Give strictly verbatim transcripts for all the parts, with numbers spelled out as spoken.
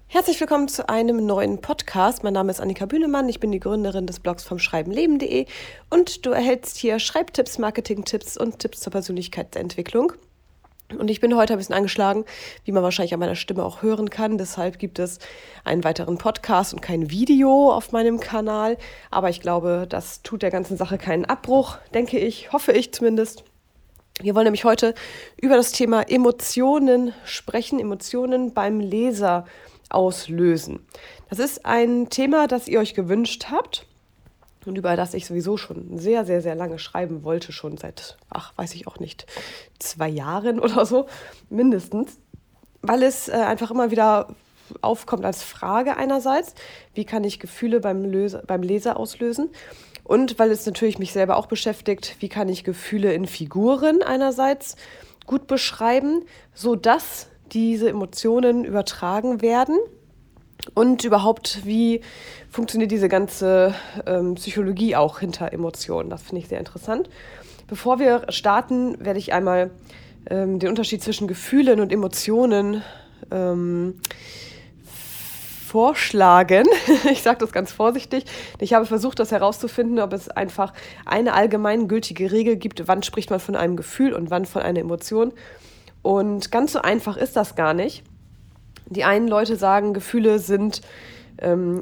Herzlich willkommen zu einem neuen Podcast. Mein Name ist Annika Bühnemann, ich bin die Gründerin des Blogs vom Schreiben Leben punkt de und du erhältst hier Schreibtipps, Marketingtipps und Tipps zur Persönlichkeitsentwicklung. Und ich bin heute ein bisschen angeschlagen, wie man wahrscheinlich an meiner Stimme auch hören kann. Deshalb gibt es einen weiteren Podcast und kein Video auf meinem Kanal. Aber ich glaube, das tut der ganzen Sache keinen Abbruch, denke ich, hoffe ich zumindest. Wir wollen nämlich heute über das Thema Emotionen sprechen, Emotionen beim Leser auslösen. Das ist ein Thema, das ihr euch gewünscht habt und über das ich sowieso schon sehr, sehr, sehr lange schreiben wollte, schon seit, ach, weiß ich auch nicht, zwei Jahren oder so, mindestens, weil es äh, einfach immer wieder aufkommt als Frage einerseits, wie kann ich Gefühle beim, Löse, beim Leser auslösen? Und weil es natürlich mich selber auch beschäftigt, wie kann ich Gefühle in Figuren einerseits gut beschreiben, sodass diese Emotionen übertragen werden und überhaupt, wie funktioniert diese ganze ähm, Psychologie auch hinter Emotionen. Das finde ich sehr interessant. Bevor wir starten, werde ich einmal ähm, den Unterschied zwischen Gefühlen und Emotionen ähm, vorschlagen. Ich sage das ganz vorsichtig. Ich habe versucht, das herauszufinden, ob es einfach eine allgemeingültige Regel gibt, wann spricht man von einem Gefühl und wann von einer Emotion. Und ganz so einfach ist das gar nicht. Die einen Leute sagen, Gefühle sind ähm,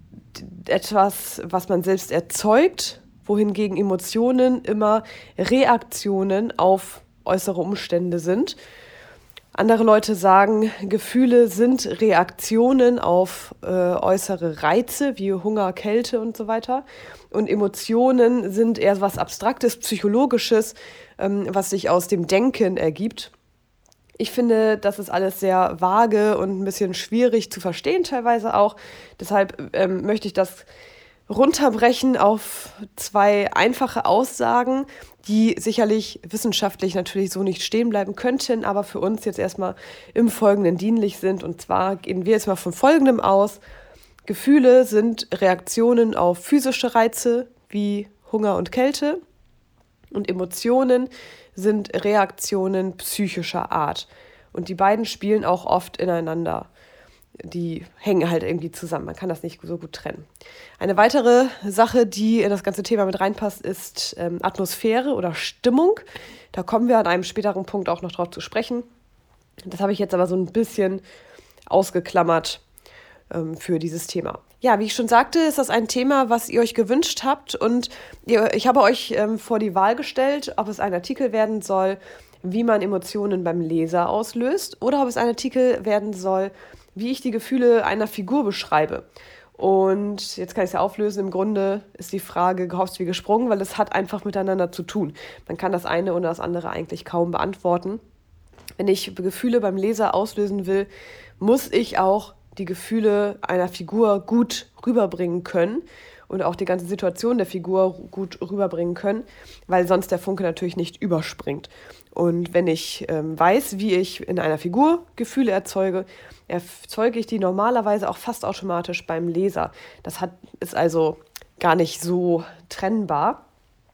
etwas, was man selbst erzeugt, wohingegen Emotionen immer Reaktionen auf äußere Umstände sind. Andere Leute sagen, Gefühle sind Reaktionen auf äh, äußere Reize wie Hunger, Kälte und so weiter. Und Emotionen sind eher was Abstraktes, Psychologisches, ähm, was sich aus dem Denken ergibt. Ich finde, das ist alles sehr vage und ein bisschen schwierig zu verstehen teilweise auch. Deshalb ähm, möchte ich das runterbrechen auf zwei einfache Aussagen, die sicherlich wissenschaftlich natürlich so nicht stehen bleiben könnten, aber für uns jetzt erstmal im Folgenden dienlich sind. Und zwar gehen wir jetzt mal von Folgendem aus. Gefühle sind Reaktionen auf physische Reize wie Hunger und Kälte und Emotionen sind Reaktionen psychischer Art. Und die beiden spielen auch oft ineinander. Die hängen halt irgendwie zusammen. Man kann das nicht so gut trennen. Eine weitere Sache, die in das ganze Thema mit reinpasst, ist ähm, Atmosphäre oder Stimmung. Da kommen wir an einem späteren Punkt auch noch drauf zu sprechen. Das habe ich jetzt aber so ein bisschen ausgeklammert ähm, für dieses Thema. Ja, wie ich schon sagte, ist das ein Thema, was ihr euch gewünscht habt. Und ihr, ich habe euch ähm, vor die Wahl gestellt, ob es ein Artikel werden soll, wie man Emotionen beim Leser auslöst, oder ob es ein Artikel werden soll, wie ich die Gefühle einer Figur beschreibe. Und jetzt kann ich es ja auflösen. Im Grunde ist die Frage gehopst wie gesprungen, weil es hat einfach miteinander zu tun. Man kann das eine oder das andere eigentlich kaum beantworten. Wenn ich Gefühle beim Leser auslösen will, muss ich auch die Gefühle einer Figur gut rüberbringen können und auch die ganze Situation der Figur gut rüberbringen können, weil sonst der Funke natürlich nicht überspringt. Und wenn ich ähm, weiß, wie ich in einer Figur Gefühle erzeuge, erzeuge ich die normalerweise auch fast automatisch beim Leser. Das hat, ist also gar nicht so trennbar.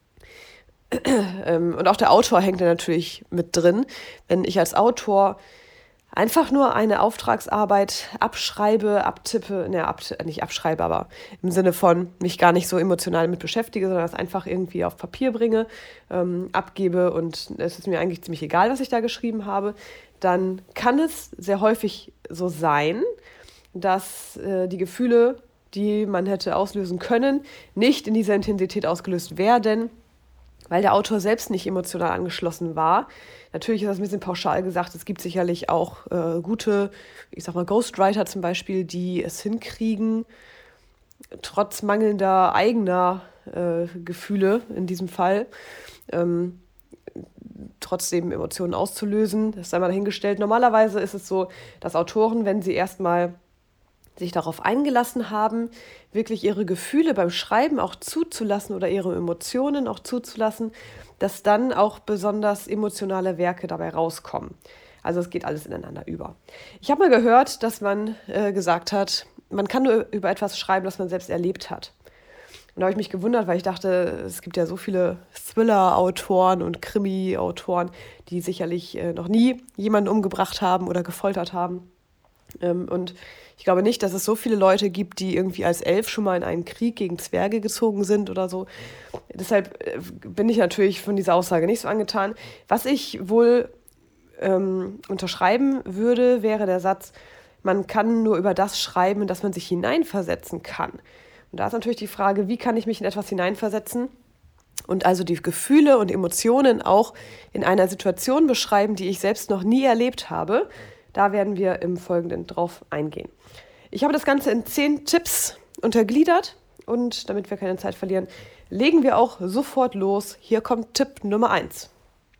Und auch der Autor hängt da natürlich mit drin. Wenn ich als Autor einfach nur eine Auftragsarbeit abschreibe, abtippe, ne, ab, nicht abschreibe, aber im Sinne von mich gar nicht so emotional mit beschäftige, sondern das einfach irgendwie auf Papier bringe, ähm, abgebe und es ist mir eigentlich ziemlich egal, was ich da geschrieben habe, dann kann es sehr häufig so sein, dass äh, die Gefühle, die man hätte auslösen können, nicht in dieser Intensität ausgelöst werden, weil der Autor selbst nicht emotional angeschlossen war. Natürlich ist das ein bisschen pauschal gesagt, es gibt sicherlich auch äh, gute, ich sag mal Ghostwriter zum Beispiel, die es hinkriegen, trotz mangelnder eigener äh, Gefühle in diesem Fall, ähm, trotzdem Emotionen auszulösen. Das sei mal dahingestellt. Normalerweise ist es so, dass Autoren, wenn sie erstmal sich darauf eingelassen haben, wirklich ihre Gefühle beim Schreiben auch zuzulassen oder ihre Emotionen auch zuzulassen, dass dann auch besonders emotionale Werke dabei rauskommen. Also es geht alles ineinander über. Ich habe mal gehört, dass man äh, gesagt hat, man kann nur über etwas schreiben, das man selbst erlebt hat. Und da habe ich mich gewundert, weil ich dachte, es gibt ja so viele Thriller-Autoren und Krimi-Autoren, die sicherlich äh, noch nie jemanden umgebracht haben oder gefoltert haben. Ähm, und ich glaube nicht, dass es so viele Leute gibt, die irgendwie als Elf schon mal in einen Krieg gegen Zwerge gezogen sind oder so. Deshalb äh, bin ich natürlich von dieser Aussage nicht so angetan. Was ich wohl ähm, unterschreiben würde, wäre der Satz, man kann nur über das schreiben, dass man sich hineinversetzen kann. Und da ist natürlich die Frage, wie kann ich mich in etwas hineinversetzen und also die Gefühle und Emotionen auch in einer Situation beschreiben, die ich selbst noch nie erlebt habe. Da werden wir im Folgenden drauf eingehen. Ich habe das Ganze in zehn Tipps untergliedert und damit wir keine Zeit verlieren, legen wir auch sofort los. Hier kommt Tipp Nummer eins.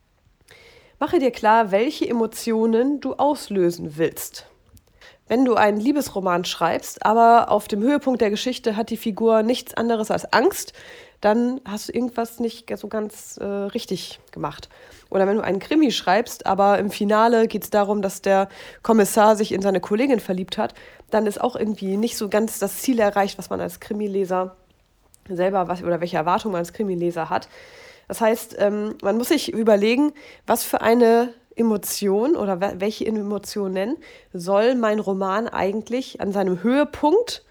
Mache dir klar, welche Emotionen du auslösen willst. Wenn du einen Liebesroman schreibst, aber auf dem Höhepunkt der Geschichte hat die Figur nichts anderes als Angst, dann hast du irgendwas nicht so ganz äh, richtig gemacht. Oder wenn du einen Krimi schreibst, aber im Finale geht es darum, dass der Kommissar sich in seine Kollegin verliebt hat, dann ist auch irgendwie nicht so ganz das Ziel erreicht, was man als Krimileser selber, was, oder welche Erwartungen man als Krimileser hat. Das heißt, ähm, man muss sich überlegen, was für eine Emotion oder welche Emotionen soll mein Roman eigentlich an seinem Höhepunkt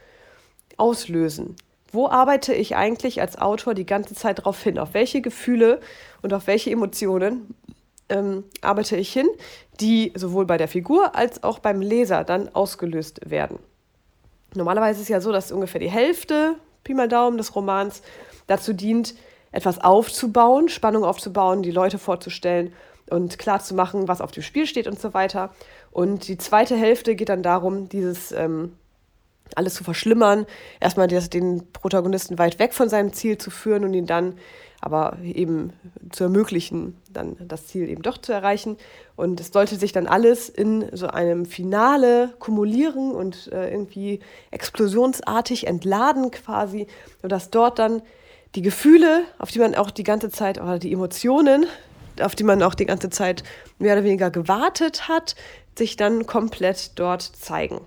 auslösen? Wo arbeite ich eigentlich als Autor die ganze Zeit darauf hin? Auf welche Gefühle und auf welche Emotionen ähm, arbeite ich hin, die sowohl bei der Figur als auch beim Leser dann ausgelöst werden? Normalerweise ist es ja so, dass ungefähr die Hälfte, Pi mal Daumen, des Romans dazu dient, etwas aufzubauen, Spannung aufzubauen, die Leute vorzustellen und klarzumachen, was auf dem Spiel steht und so weiter. Und die zweite Hälfte geht dann darum, dieses ähm, alles zu verschlimmern, erstmal das, den Protagonisten weit weg von seinem Ziel zu führen und ihn dann aber eben zu ermöglichen, dann das Ziel eben doch zu erreichen. Und es sollte sich dann alles in so einem Finale kumulieren und äh, irgendwie explosionsartig entladen quasi, sodass dort dann die Gefühle, auf die man auch die ganze Zeit, oder die Emotionen, auf die man auch die ganze Zeit mehr oder weniger gewartet hat, sich dann komplett dort zeigen.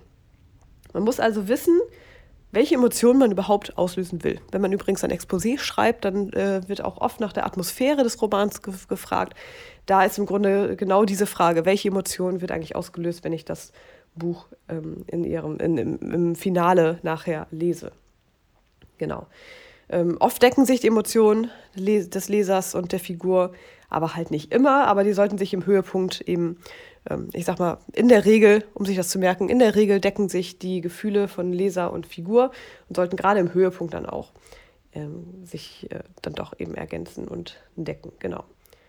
Man muss also wissen, welche Emotionen man überhaupt auslösen will. Wenn man übrigens ein Exposé schreibt, dann äh, wird auch oft nach der Atmosphäre des Romans ge- gefragt. Da ist im Grunde genau diese Frage, welche Emotion wird eigentlich ausgelöst, wenn ich das Buch ähm, in ihrem, in, im, im Finale nachher lese. Genau. Ähm, oft decken sich die Emotionen des Lesers und der Figur, aber halt nicht immer. Aber die sollten sich im Höhepunkt eben, ähm, ich sag mal, in der Regel, um sich das zu merken, in der Regel decken sich die Gefühle von Leser und Figur und sollten gerade im Höhepunkt dann auch ähm, sich äh, dann doch eben ergänzen und decken. Genau.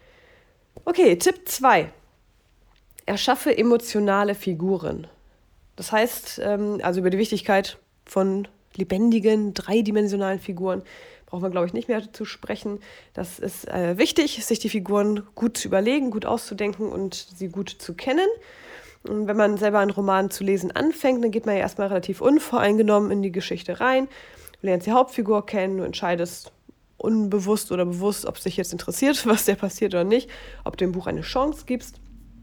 Okay, Tipp zwei. Erschaffe emotionale Figuren. Das heißt, ähm, also über die Wichtigkeit von lebendigen, dreidimensionalen Figuren brauchen wir, glaube ich, nicht mehr zu sprechen. Das ist äh, wichtig, sich die Figuren gut zu überlegen, gut auszudenken und sie gut zu kennen. Und wenn man selber einen Roman zu lesen anfängt, dann geht man ja erstmal relativ unvoreingenommen in die Geschichte rein. Du lernst die Hauptfigur kennen, du entscheidest unbewusst oder bewusst, ob es dich jetzt interessiert, was der passiert oder nicht, ob du dem Buch eine Chance gibst.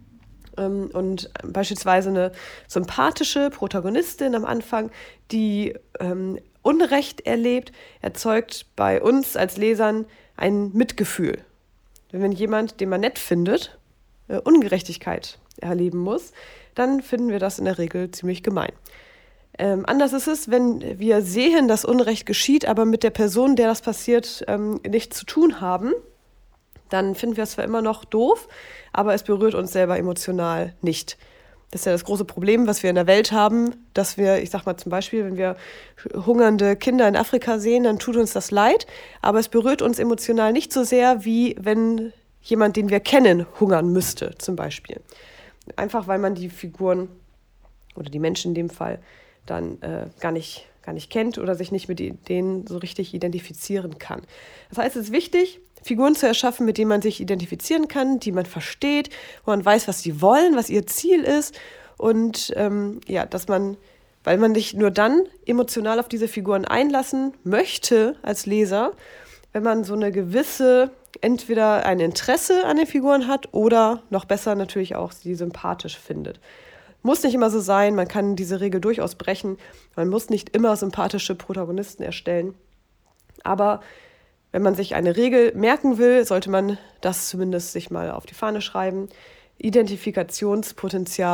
Und beispielsweise eine sympathische Protagonistin am Anfang, die ähm, Unrecht erlebt, erzeugt bei uns als Lesern ein Mitgefühl. Wenn jemand, den man nett findet, äh, Ungerechtigkeit erleben muss, dann finden wir das in der Regel ziemlich gemein. Ähm, anders ist es, wenn wir sehen, dass Unrecht geschieht, aber mit der Person, der das passiert, ähm, nichts zu tun haben, dann finden wir es zwar immer noch doof, aber es berührt uns selber emotional nicht. Das ist ja das große Problem, was wir in der Welt haben, dass wir, ich sag mal zum Beispiel, wenn wir hungernde Kinder in Afrika sehen, dann tut uns das leid, aber es berührt uns emotional nicht so sehr, wie wenn jemand, den wir kennen, hungern müsste, zum Beispiel. Einfach, weil man die Figuren oder die Menschen in dem Fall dann äh, gar nicht, gar nicht kennt oder sich nicht mit denen so richtig identifizieren kann. Das heißt, es ist wichtig, Figuren zu erschaffen, mit denen man sich identifizieren kann, die man versteht, wo man weiß, was sie wollen, was ihr Ziel ist und ähm, ja, dass man, weil man sich nur dann emotional auf diese Figuren einlassen möchte als Leser, wenn man so eine gewisse, entweder ein Interesse an den Figuren hat oder noch besser natürlich auch sie sympathisch findet. Muss nicht immer so sein, man kann diese Regel durchaus brechen, man muss nicht immer sympathische Protagonisten erstellen, aber wenn man sich eine Regel merken will, sollte man das zumindest sich mal auf die Fahne schreiben. Identifikationspotenzial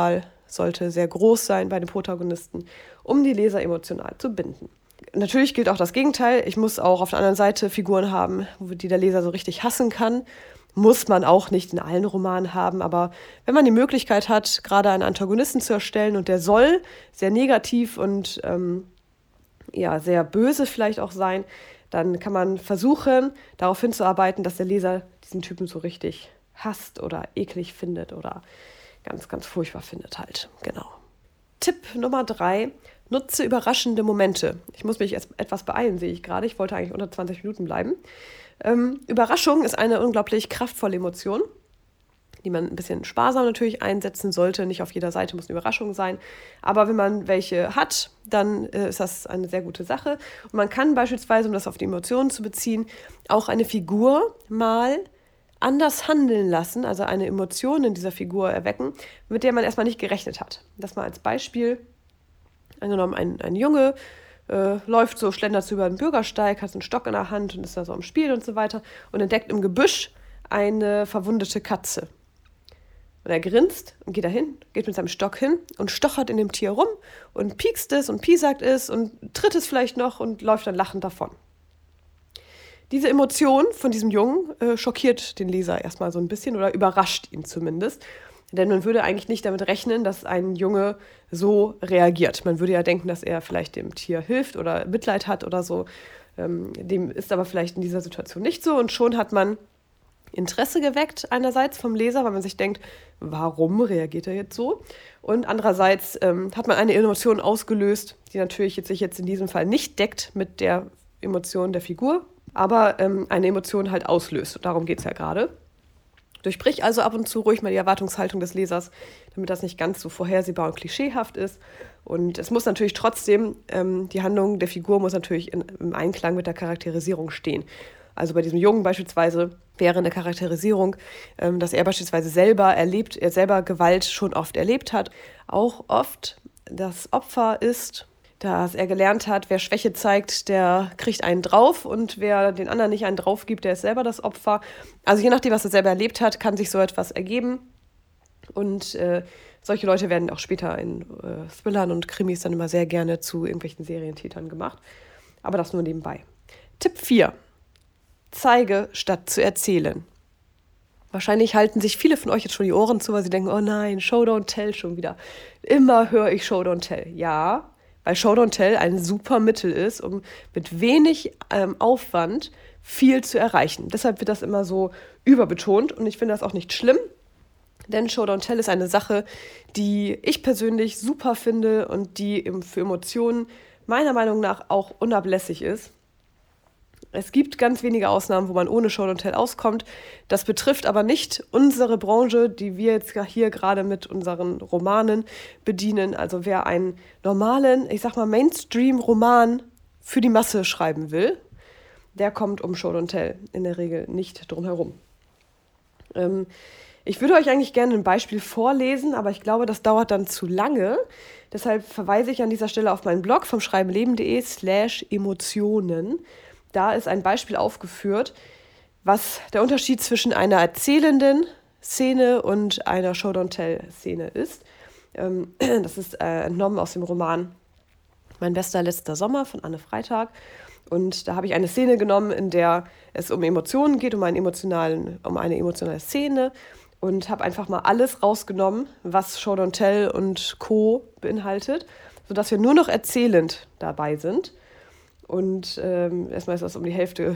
sollte sehr groß sein bei den Protagonisten, um die Leser emotional zu binden. Natürlich gilt auch das Gegenteil. Ich muss auch auf der anderen Seite Figuren haben, die der Leser so richtig hassen kann. Muss man auch nicht in allen Romanen haben, aber wenn man die Möglichkeit hat, gerade einen Antagonisten zu erstellen und der soll sehr negativ und ähm, ja, sehr böse vielleicht auch sein, dann kann man versuchen, darauf hinzuarbeiten, dass der Leser diesen Typen so richtig hasst oder eklig findet oder ganz, ganz furchtbar findet halt. Genau. Tipp Nummer drei, nutze überraschende Momente. Ich muss mich jetzt etwas beeilen, sehe ich gerade. Ich wollte eigentlich unter zwanzig Minuten bleiben. Ähm, Überraschung ist eine unglaublich kraftvolle Emotion, die man ein bisschen sparsam natürlich einsetzen sollte. Nicht auf jeder Seite muss eine Überraschung sein. Aber wenn man welche hat, dann äh, ist das eine sehr gute Sache. Und man kann beispielsweise, um das auf die Emotionen zu beziehen, auch eine Figur mal anders handeln lassen, also eine Emotion in dieser Figur erwecken, mit der man erstmal nicht gerechnet hat. Das mal als Beispiel. Angenommen, ein, ein Junge äh, läuft so, schlendert so über den Bürgersteig, hat einen Stock in der Hand und ist da so am Spielen und so weiter und entdeckt im Gebüsch eine verwundete Katze. Und er grinst und geht dahin, geht mit seinem Stock hin und stochert in dem Tier rum und piekst es und piesackt es und tritt es vielleicht noch und läuft dann lachend davon. Diese Emotion von diesem Jungen äh, schockiert den Leser erstmal so ein bisschen oder überrascht ihn zumindest. Denn man würde eigentlich nicht damit rechnen, dass ein Junge so reagiert. Man würde ja denken, dass er vielleicht dem Tier hilft oder Mitleid hat oder so. Ähm, dem ist aber vielleicht in dieser Situation nicht so. Und schon hat man Interesse geweckt einerseits vom Leser, weil man sich denkt, warum reagiert er jetzt so? Und andererseits ähm, hat man eine Emotion ausgelöst, die natürlich jetzt sich jetzt in diesem Fall nicht deckt mit der Emotion der Figur, aber ähm, eine Emotion halt auslöst. Und darum geht es ja gerade. Durchbrich also ab und zu ruhig mal die Erwartungshaltung des Lesers, damit das nicht ganz so vorhersehbar und klischeehaft ist. Und es muss natürlich trotzdem, ähm, die Handlung der Figur muss natürlich in, im Einklang mit der Charakterisierung stehen. Also bei diesem Jungen beispielsweise wäre eine Charakterisierung, ähm, dass er beispielsweise selber erlebt, er selber Gewalt schon oft erlebt hat, auch oft das Opfer ist, dass er gelernt hat, wer Schwäche zeigt, der kriegt einen drauf und wer den anderen nicht einen drauf gibt, der ist selber das Opfer. Also je nachdem, was er selber erlebt hat, kann sich so etwas ergeben. Und äh, solche Leute werden auch später in äh, Thrillern und Krimis dann immer sehr gerne zu irgendwelchen Serientätern gemacht. Aber das nur nebenbei. Tipp vier. Zeige, statt zu erzählen. Wahrscheinlich halten sich viele von euch jetzt schon die Ohren zu, weil sie denken, oh nein, Show, don't tell schon wieder. Immer höre ich Show, don't tell. Ja, weil Show, don't tell ein super Mittel ist, um mit wenig ähm, Aufwand viel zu erreichen. Deshalb wird das immer so überbetont und ich finde das auch nicht schlimm, denn Show, don't tell ist eine Sache, die ich persönlich super finde und die für Emotionen meiner Meinung nach auch unablässig ist. Es gibt ganz wenige Ausnahmen, wo man ohne Show und Tell auskommt. Das betrifft aber nicht unsere Branche, die wir jetzt hier gerade mit unseren Romanen bedienen. Also wer einen normalen, ich sag mal Mainstream-Roman für die Masse schreiben will, der kommt um Show und Tell in der Regel nicht drum herum. Ähm, ich würde euch eigentlich gerne ein Beispiel vorlesen, aber ich glaube, das dauert dann zu lange. Deshalb verweise ich an dieser Stelle auf meinen Blog vom schreibenleben.de slash Emotionen. Da ist ein Beispiel aufgeführt, was der Unterschied zwischen einer erzählenden Szene und einer Show-don't-tell-Szene ist. Ähm, das ist äh, entnommen aus dem Roman Mein bester letzter Sommer von Anne Freitag. Und da habe ich eine Szene genommen, in der es um Emotionen geht, um, einen emotionalen, um eine emotionale Szene. Und habe einfach mal alles rausgenommen, was Show-don't-tell und Co. beinhaltet, sodass wir nur noch erzählend dabei sind. Und ähm, erstmal ist das um die Hälfte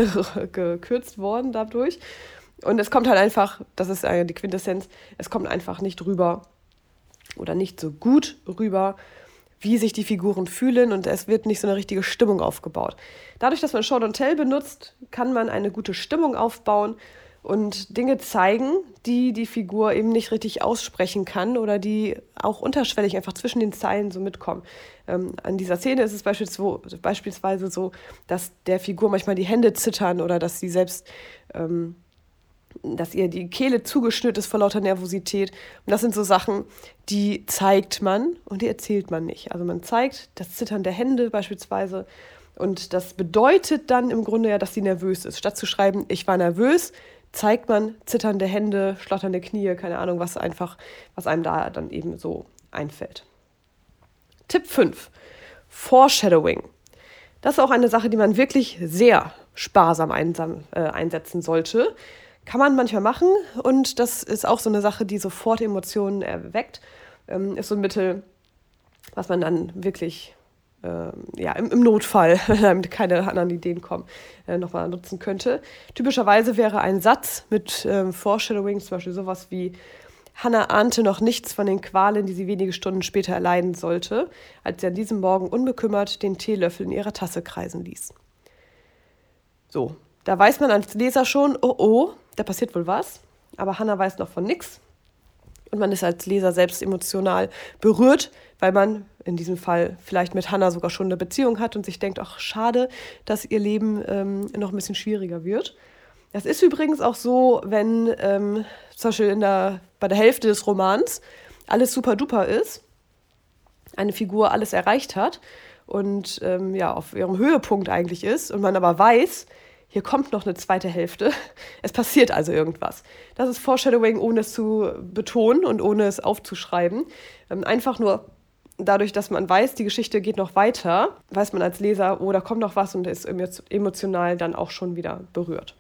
gekürzt worden dadurch. Und es kommt halt einfach, das ist äh, die Quintessenz, es kommt einfach nicht rüber oder nicht so gut rüber, wie sich die Figuren fühlen und es wird nicht so eine richtige Stimmung aufgebaut. Dadurch, dass man Show don't Tell benutzt, kann man eine gute Stimmung aufbauen und Dinge zeigen, die die Figur eben nicht richtig aussprechen kann oder die auch unterschwellig einfach zwischen den Zeilen so mitkommen. Ähm, an dieser Szene ist es beispielsweise, beispielsweise so, dass der Figur manchmal die Hände zittern oder dass sie selbst, ähm, dass ihr die Kehle zugeschnürt ist vor lauter Nervosität. Und das sind so Sachen, die zeigt man und die erzählt man nicht. Also man zeigt das Zittern der Hände beispielsweise und das bedeutet dann im Grunde ja, dass sie nervös ist. Statt zu schreiben, ich war nervös, zeigt man zitternde Hände, schlotternde Knie, keine Ahnung, was einfach, was einem da dann eben so einfällt. Tipp fünf. Foreshadowing. Das ist auch eine Sache, die man wirklich sehr sparsam einsam, äh, einsetzen sollte. Kann man manchmal machen und das ist auch so eine Sache, die sofort Emotionen erweckt. Ähm, ist so ein Mittel, was man dann wirklich äh, ja, im, im Notfall, damit keine anderen Ideen kommen, äh, nochmal nutzen könnte. Typischerweise wäre ein Satz mit äh, Foreshadowing zum Beispiel sowas wie: Hannah ahnte noch nichts von den Qualen, die sie wenige Stunden später erleiden sollte, als sie an diesem Morgen unbekümmert den Teelöffel in ihrer Tasse kreisen ließ. So, da weiß man als Leser schon, oh oh, da passiert wohl was, aber Hannah weiß noch von nichts. Und man ist als Leser selbst emotional berührt, weil man in diesem Fall vielleicht mit Hannah sogar schon eine Beziehung hat und sich denkt, ach schade, dass ihr Leben ähm, noch ein bisschen schwieriger wird. Das ist übrigens auch so, wenn ähm, zum Beispiel in der, bei der Hälfte des Romans alles super duper ist, eine Figur alles erreicht hat und ähm, ja, auf ihrem Höhepunkt eigentlich ist und man aber weiß, hier kommt noch eine zweite Hälfte. Es passiert also irgendwas. Das ist Foreshadowing, ohne es zu betonen und ohne es aufzuschreiben. Ähm, einfach nur dadurch, dass man weiß, die Geschichte geht noch weiter, weiß man als Leser, oh, da kommt noch was und ist emotional dann auch schon wieder berührt.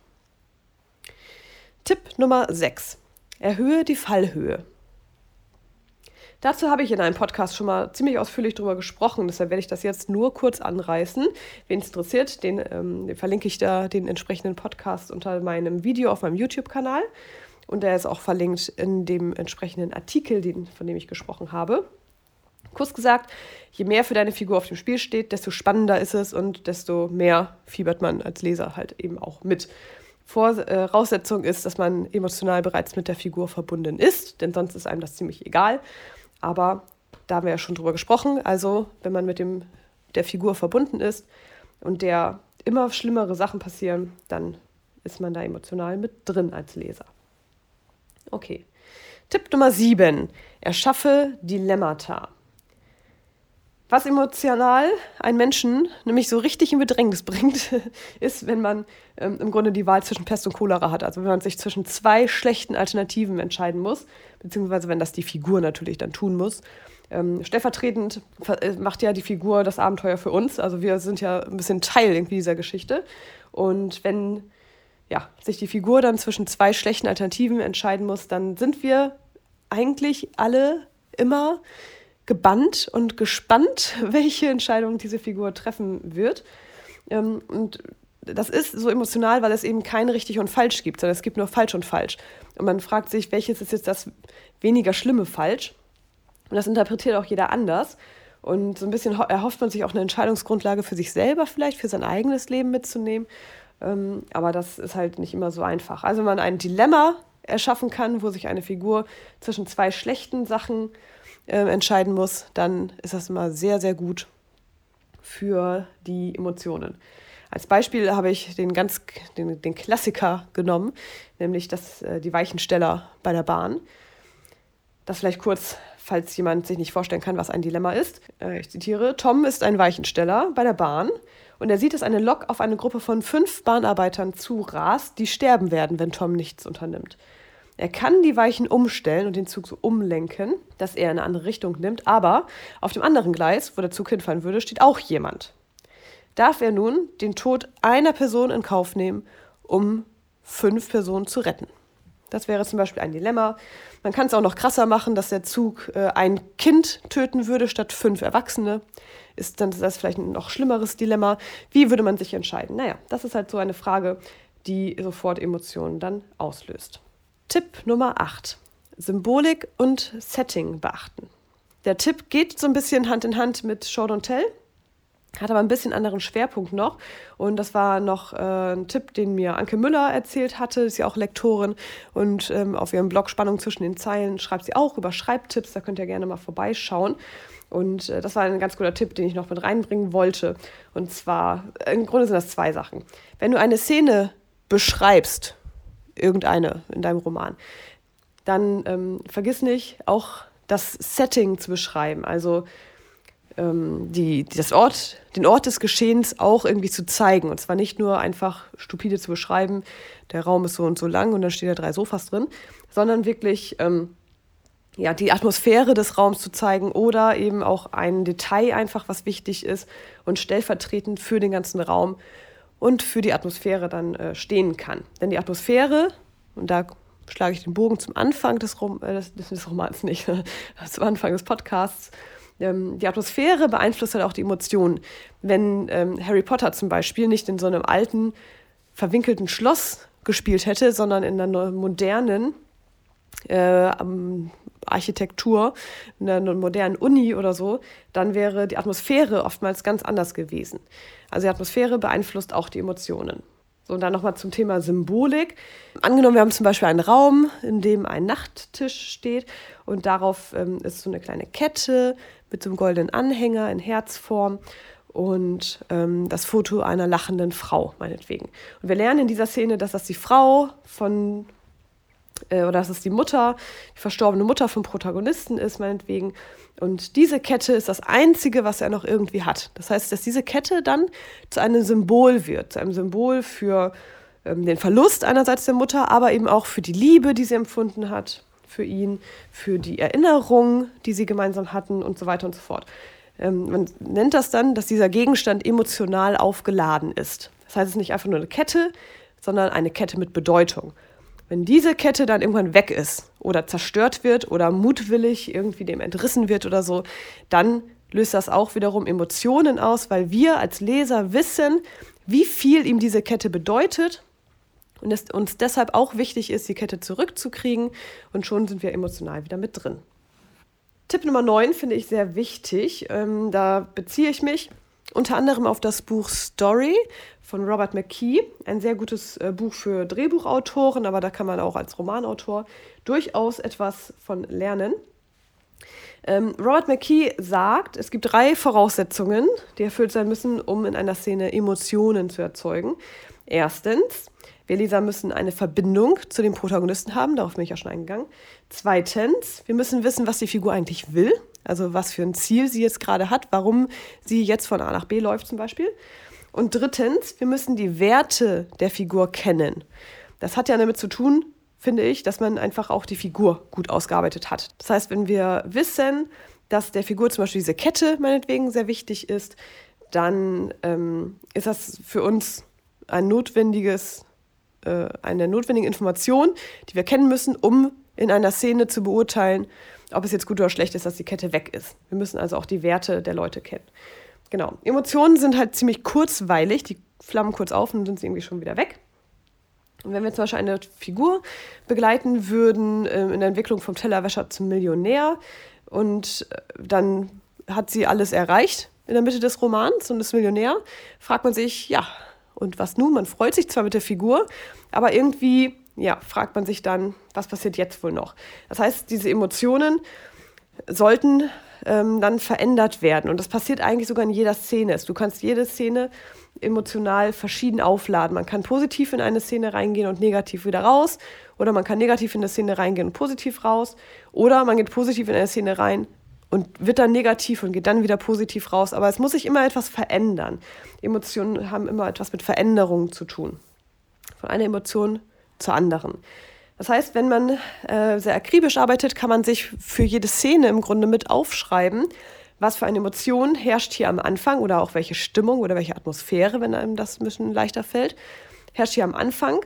Tipp Nummer sechs. Erhöhe die Fallhöhe. Dazu habe ich in einem Podcast schon mal ziemlich ausführlich drüber gesprochen, deshalb werde ich das jetzt nur kurz anreißen. Wen es interessiert, den, ähm, den verlinke ich da den entsprechenden Podcast unter meinem Video auf meinem YouTube-Kanal. Und der ist auch verlinkt in dem entsprechenden Artikel, den, von dem ich gesprochen habe. Kurz gesagt, je mehr für deine Figur auf dem Spiel steht, desto spannender ist es und desto mehr fiebert man als Leser halt eben auch mit. Voraussetzung ist, dass man emotional bereits mit der Figur verbunden ist, denn sonst ist einem das ziemlich egal. Aber da haben wir ja schon drüber gesprochen, also wenn man mit dem, der Figur verbunden ist und der immer schlimmere Sachen passieren, dann ist man da emotional mit drin als Leser. Okay. Tipp Nummer sieben. Erschaffe Dilemmata. Was emotional einen Menschen nämlich so richtig in Bedrängnis bringt, ist, wenn man ähm, im Grunde die Wahl zwischen Pest und Cholera hat. Also wenn man sich zwischen zwei schlechten Alternativen entscheiden muss, beziehungsweise wenn das die Figur natürlich dann tun muss. Ähm, stellvertretend macht ja die Figur das Abenteuer für uns. Also wir sind ja ein bisschen Teil irgendwie dieser Geschichte. Und wenn ja, sich die Figur dann zwischen zwei schlechten Alternativen entscheiden muss, dann sind wir eigentlich alle immer gebannt und gespannt, welche Entscheidung diese Figur treffen wird. Ähm, und das ist so emotional, weil es eben kein richtig und falsch gibt, sondern es gibt nur falsch und falsch. Und man fragt sich, welches ist jetzt das weniger schlimme Falsch? Und das interpretiert auch jeder anders. Und so ein bisschen erhofft man sich auch eine Entscheidungsgrundlage für sich selber vielleicht, für sein eigenes Leben mitzunehmen. Ähm, aber das ist halt nicht immer so einfach. Also wenn man ein Dilemma erschaffen kann, wo sich eine Figur zwischen zwei schlechten Sachen äh, entscheiden muss, dann ist das immer sehr, sehr gut für die Emotionen. Als Beispiel habe ich den ganz den, den Klassiker genommen, nämlich das, äh, die Weichensteller bei der Bahn. Das vielleicht kurz, falls jemand sich nicht vorstellen kann, was ein Dilemma ist. Äh, ich zitiere: Tom ist ein Weichensteller bei der Bahn und er sieht, dass eine Lok auf eine Gruppe von fünf Bahnarbeitern zurast, die sterben werden, wenn Tom nichts unternimmt. Er kann die Weichen umstellen und den Zug so umlenken, dass er in eine andere Richtung nimmt, aber auf dem anderen Gleis, wo der Zug hinfahren würde, steht auch jemand. Darf er nun den Tod einer Person in Kauf nehmen, um fünf Personen zu retten? Das wäre zum Beispiel ein Dilemma. Man kann es auch noch krasser machen, dass der Zug äh, ein Kind töten würde statt fünf Erwachsene. Ist dann das vielleicht ein noch schlimmeres Dilemma. Wie würde man sich entscheiden? Naja, das ist halt so eine Frage, die sofort Emotionen dann auslöst. Tipp Nummer acht. Symbolik und Setting beachten. Der Tipp geht so ein bisschen Hand in Hand mit Show Don't Tell, hat aber ein bisschen anderen Schwerpunkt noch. Und das war noch äh, ein Tipp, den mir Anke Müller erzählt hatte. Ist ja auch Lektorin und ähm, auf ihrem Blog Spannung zwischen den Zeilen schreibt sie auch über Schreibtipps. Da könnt ihr gerne mal vorbeischauen. Und äh, das war ein ganz guter Tipp, den ich noch mit reinbringen wollte. Und zwar, im Grunde sind das zwei Sachen. Wenn du eine Szene beschreibst, irgendeine in deinem Roman, dann ähm, vergiss nicht, auch das Setting zu beschreiben. Also ähm, die, das Ort, den Ort des Geschehens auch irgendwie zu zeigen. Und zwar nicht nur einfach stupide zu beschreiben, der Raum ist so und so lang und dann stehen da drei Sofas drin, sondern wirklich ähm, ja, die Atmosphäre des Raums zu zeigen oder eben auch ein Detail einfach, was wichtig ist und stellvertretend für den ganzen Raum und für die Atmosphäre dann äh, stehen kann. Denn die Atmosphäre, und da schlage ich den Bogen zum Anfang des, Rom äh, des, des Romans nicht, zum Anfang des Podcasts, ähm, die Atmosphäre beeinflusst halt auch die Emotionen. Wenn ähm, Harry Potter zum Beispiel nicht in so einem alten, verwinkelten Schloss gespielt hätte, sondern in einer modernen äh, Architektur, in einer modernen Uni oder so, dann wäre die Atmosphäre oftmals ganz anders gewesen. Also die Atmosphäre beeinflusst auch die Emotionen. So, und dann nochmal zum Thema Symbolik. Angenommen, wir haben zum Beispiel einen Raum, in dem ein Nachttisch steht und darauf ähm, ist so eine kleine Kette mit so einem goldenen Anhänger in Herzform und ähm, das Foto einer lachenden Frau, meinetwegen. Und wir lernen in dieser Szene, dass das die Frau von oder dass es die Mutter, die verstorbene Mutter vom Protagonisten ist, meinetwegen. Und diese Kette ist das Einzige, was er noch irgendwie hat. Das heißt, dass diese Kette dann zu einem Symbol wird, zu einem Symbol für ähm, den Verlust einerseits der Mutter, aber eben auch für die Liebe, die sie empfunden hat, für ihn, für die Erinnerung, die sie gemeinsam hatten und so weiter und so fort. Ähm, man nennt das dann, dass dieser Gegenstand emotional aufgeladen ist. Das heißt, es ist nicht einfach nur eine Kette, sondern eine Kette mit Bedeutung. Wenn diese Kette dann irgendwann weg ist oder zerstört wird oder mutwillig irgendwie dem entrissen wird oder so, dann löst das auch wiederum Emotionen aus, weil wir als Leser wissen, wie viel ihm diese Kette bedeutet und es uns deshalb auch wichtig ist, die Kette zurückzukriegen und schon sind wir emotional wieder mit drin. Tipp Nummer neun finde ich sehr wichtig. Ähm, da beziehe ich mich unter anderem auf das Buch Story von Robert McKee, ein sehr gutes äh, Buch für Drehbuchautoren, aber da kann man auch als Romanautor durchaus etwas von lernen. Ähm, Robert McKee sagt, es gibt drei Voraussetzungen, die erfüllt sein müssen, um in einer Szene Emotionen zu erzeugen. Erstens, wir Leser müssen eine Verbindung zu dem Protagonisten haben, darauf bin ich ja schon eingegangen. Zweitens, wir müssen wissen, was die Figur eigentlich will, also was für ein Ziel sie jetzt gerade hat, warum sie jetzt von A nach B läuft zum Beispiel. Und drittens, wir müssen die Werte der Figur kennen. Das hat ja damit zu tun, finde ich, dass man einfach auch die Figur gut ausgearbeitet hat. Das heißt, wenn wir wissen, dass der Figur zum Beispiel diese Kette meinetwegen sehr wichtig ist, dann ähm, ist das für uns ein notwendiges, äh, eine notwendige Information, die wir kennen müssen, um in einer Szene zu beurteilen, ob es jetzt gut oder schlecht ist, dass die Kette weg ist. Wir müssen also auch die Werte der Leute kennen. Genau, Emotionen sind halt ziemlich kurzweilig, die flammen kurz auf und sind sie irgendwie schon wieder weg. Und wenn wir zum Beispiel eine Figur begleiten würden äh, in der Entwicklung vom Tellerwäscher zum Millionär und äh, dann hat sie alles erreicht in der Mitte des Romans und ist Millionär, fragt man sich, ja, und was nun? Man freut sich zwar mit der Figur, aber irgendwie, ja, fragt man sich dann, was passiert jetzt wohl noch? Das heißt, diese Emotionen sollten ähm, dann verändert werden. Und das passiert eigentlich sogar in jeder Szene. Du kannst jede Szene emotional verschieden aufladen. Man kann positiv in eine Szene reingehen und negativ wieder raus. Oder man kann negativ in eine Szene reingehen und positiv raus. Oder man geht positiv in eine Szene rein und wird dann negativ und geht dann wieder positiv raus. Aber es muss sich immer etwas verändern. Emotionen haben immer etwas mit Veränderungen zu tun. Von einer Emotion zur anderen. Das heißt, wenn man äh, sehr akribisch arbeitet, kann man sich für jede Szene im Grunde mit aufschreiben, was für eine Emotion herrscht hier am Anfang oder auch welche Stimmung oder welche Atmosphäre, wenn einem das ein bisschen leichter fällt, herrscht hier am Anfang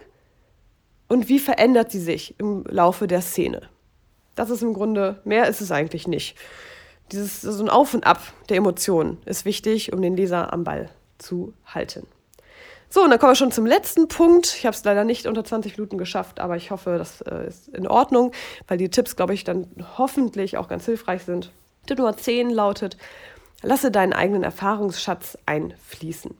und wie verändert sie sich im Laufe der Szene. Das ist im Grunde, mehr ist es eigentlich nicht. Dieses, so ein Auf und Ab der Emotionen ist wichtig, um den Leser am Ball zu halten. So, und dann kommen wir schon zum letzten Punkt. Ich habe es leider nicht unter zwanzig Minuten geschafft, aber ich hoffe, das äh, ist in Ordnung, weil die Tipps, glaube ich, dann hoffentlich auch ganz hilfreich sind. Tipp Nummer zehn lautet, lasse deinen eigenen Erfahrungsschatz einfließen.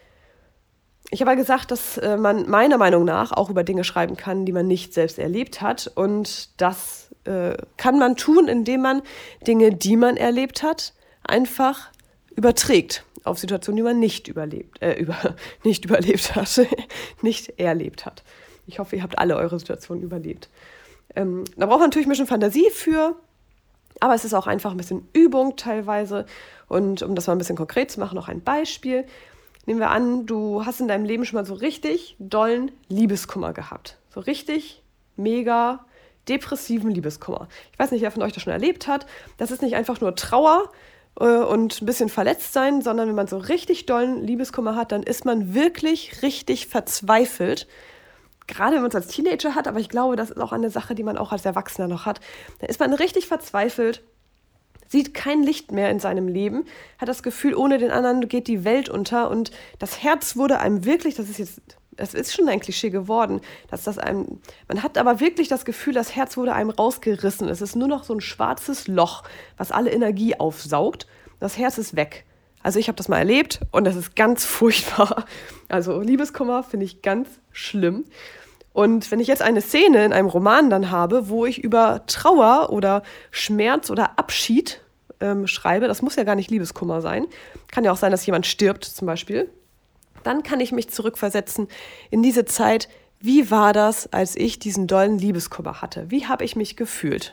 Ich habe ja gesagt, dass äh, man meiner Meinung nach auch über Dinge schreiben kann, die man nicht selbst erlebt hat. Und das äh, kann man tun, indem man Dinge, die man erlebt hat, einfach überträgt auf Situationen, die man nicht überlebt, äh, über, nicht überlebt hat, nicht erlebt hat. Ich hoffe, ihr habt alle eure Situationen überlebt. Ähm, da braucht man natürlich ein bisschen Fantasie für, aber es ist auch einfach ein bisschen Übung teilweise. Und um das mal ein bisschen konkret zu machen, noch ein Beispiel. Nehmen wir an, du hast in deinem Leben schon mal so richtig dollen Liebeskummer gehabt. So richtig mega depressiven Liebeskummer. Ich weiß nicht, wer von euch das schon erlebt hat. Das ist nicht einfach nur Trauer äh, und ein bisschen verletzt sein, sondern wenn man so richtig dollen Liebeskummer hat, dann ist man wirklich richtig verzweifelt. Gerade wenn man es als Teenager hat, aber ich glaube, das ist auch eine Sache, die man auch als Erwachsener noch hat. Da ist man richtig verzweifelt, sieht kein Licht mehr in seinem Leben, hat das Gefühl, ohne den anderen geht die Welt unter und das Herz wurde einem wirklich, das ist jetzt, das ist schon ein Klischee geworden, dass das einem, man hat aber wirklich das Gefühl, das Herz wurde einem rausgerissen. Es ist nur noch so ein schwarzes Loch, was alle Energie aufsaugt. Das Herz ist weg. Also ich habe das mal erlebt und das ist ganz furchtbar. Also Liebeskummer finde ich ganz schlimm. Und wenn ich jetzt eine Szene in einem Roman dann habe, wo ich über Trauer oder Schmerz oder Abschied ähm, schreibe, das muss ja gar nicht Liebeskummer sein, kann ja auch sein, dass jemand stirbt zum Beispiel, dann kann ich mich zurückversetzen in diese Zeit, wie war das, als ich diesen dollen Liebeskummer hatte? Wie habe ich mich gefühlt?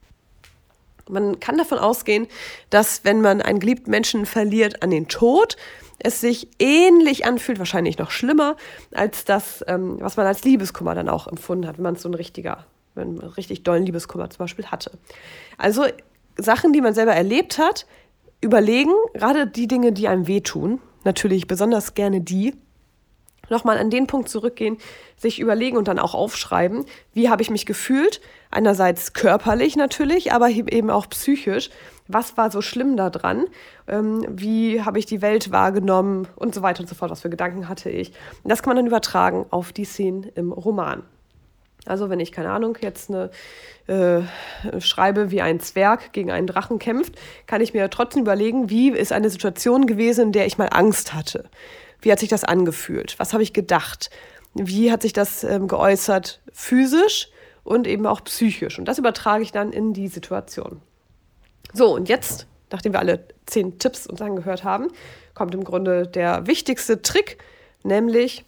Man kann davon ausgehen, dass wenn man einen geliebten Menschen verliert an den Tod, es sich ähnlich anfühlt, wahrscheinlich noch schlimmer, als das, ähm, was man als Liebeskummer dann auch empfunden hat, wenn man so ein richtiger, wenn man einen richtig dollen Liebeskummer zum Beispiel hatte. Also Sachen, die man selber erlebt hat, überlegen, gerade die Dinge, die einem wehtun, natürlich besonders gerne die, nochmal an den Punkt zurückgehen, sich überlegen und dann auch aufschreiben, wie habe ich mich gefühlt, einerseits körperlich natürlich, aber eben auch psychisch, was war so schlimm daran, ähm, wie habe ich die Welt wahrgenommen und so weiter und so fort, was für Gedanken hatte ich. Und das kann man dann übertragen auf die Szenen im Roman. Also wenn ich, keine Ahnung, jetzt eine, äh, schreibe, wie ein Zwerg gegen einen Drachen kämpft, kann ich mir trotzdem überlegen, wie ist eine Situation gewesen, in der ich mal Angst hatte. Wie hat sich das angefühlt? Was habe ich gedacht? Wie hat sich das ähm, geäußert physisch und eben auch psychisch? Und das übertrage ich dann in die Situation. So, und jetzt, nachdem wir alle zehn Tipps uns angehört haben, kommt im Grunde der wichtigste Trick, nämlich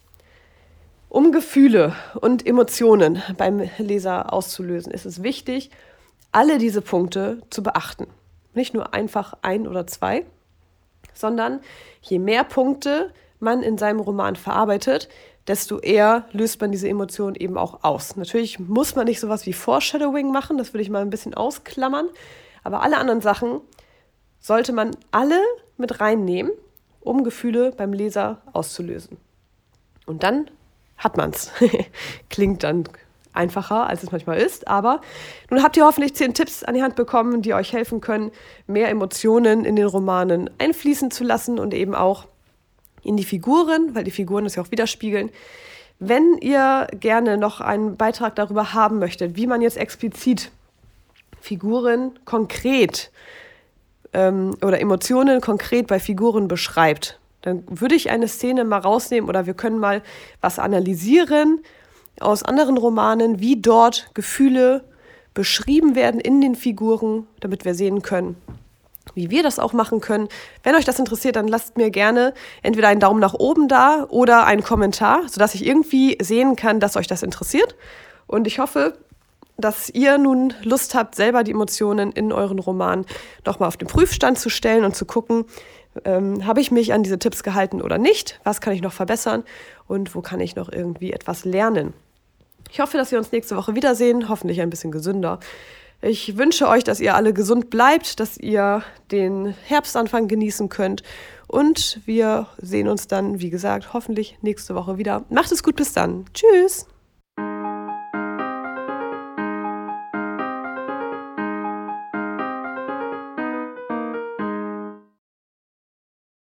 um Gefühle und Emotionen beim Leser auszulösen, ist es wichtig, alle diese Punkte zu beachten. Nicht nur einfach ein oder zwei, sondern je mehr Punkte man in seinem Roman verarbeitet, desto eher löst man diese Emotionen eben auch aus. Natürlich muss man nicht sowas wie Foreshadowing machen, das würde ich mal ein bisschen ausklammern, aber alle anderen Sachen sollte man alle mit reinnehmen, um Gefühle beim Leser auszulösen. Und dann hat man's. Klingt dann einfacher, als es manchmal ist, aber nun habt ihr hoffentlich zehn Tipps an die Hand bekommen, die euch helfen können, mehr Emotionen in den Romanen einfließen zu lassen und eben auch in die Figuren, weil die Figuren das ja auch widerspiegeln. Wenn ihr gerne noch einen Beitrag darüber haben möchtet, wie man jetzt explizit Figuren konkret ähm, oder Emotionen konkret bei Figuren beschreibt, dann würde ich eine Szene mal rausnehmen oder wir können mal was analysieren aus anderen Romanen, wie dort Gefühle beschrieben werden in den Figuren, damit wir sehen können, wie wir das auch machen können. Wenn euch das interessiert, dann lasst mir gerne entweder einen Daumen nach oben da oder einen Kommentar, sodass ich irgendwie sehen kann, dass euch das interessiert. Und ich hoffe, dass ihr nun Lust habt, selber die Emotionen in euren Roman nochmal auf den Prüfstand zu stellen und zu gucken, ähm, habe ich mich an diese Tipps gehalten oder nicht? Was kann ich noch verbessern und wo kann ich noch irgendwie etwas lernen? Ich hoffe, dass wir uns nächste Woche wiedersehen, hoffentlich ein bisschen gesünder. Ich wünsche euch, dass ihr alle gesund bleibt, dass ihr den Herbstanfang genießen könnt und wir sehen uns dann, wie gesagt, hoffentlich nächste Woche wieder. Macht es gut, bis dann. Tschüss!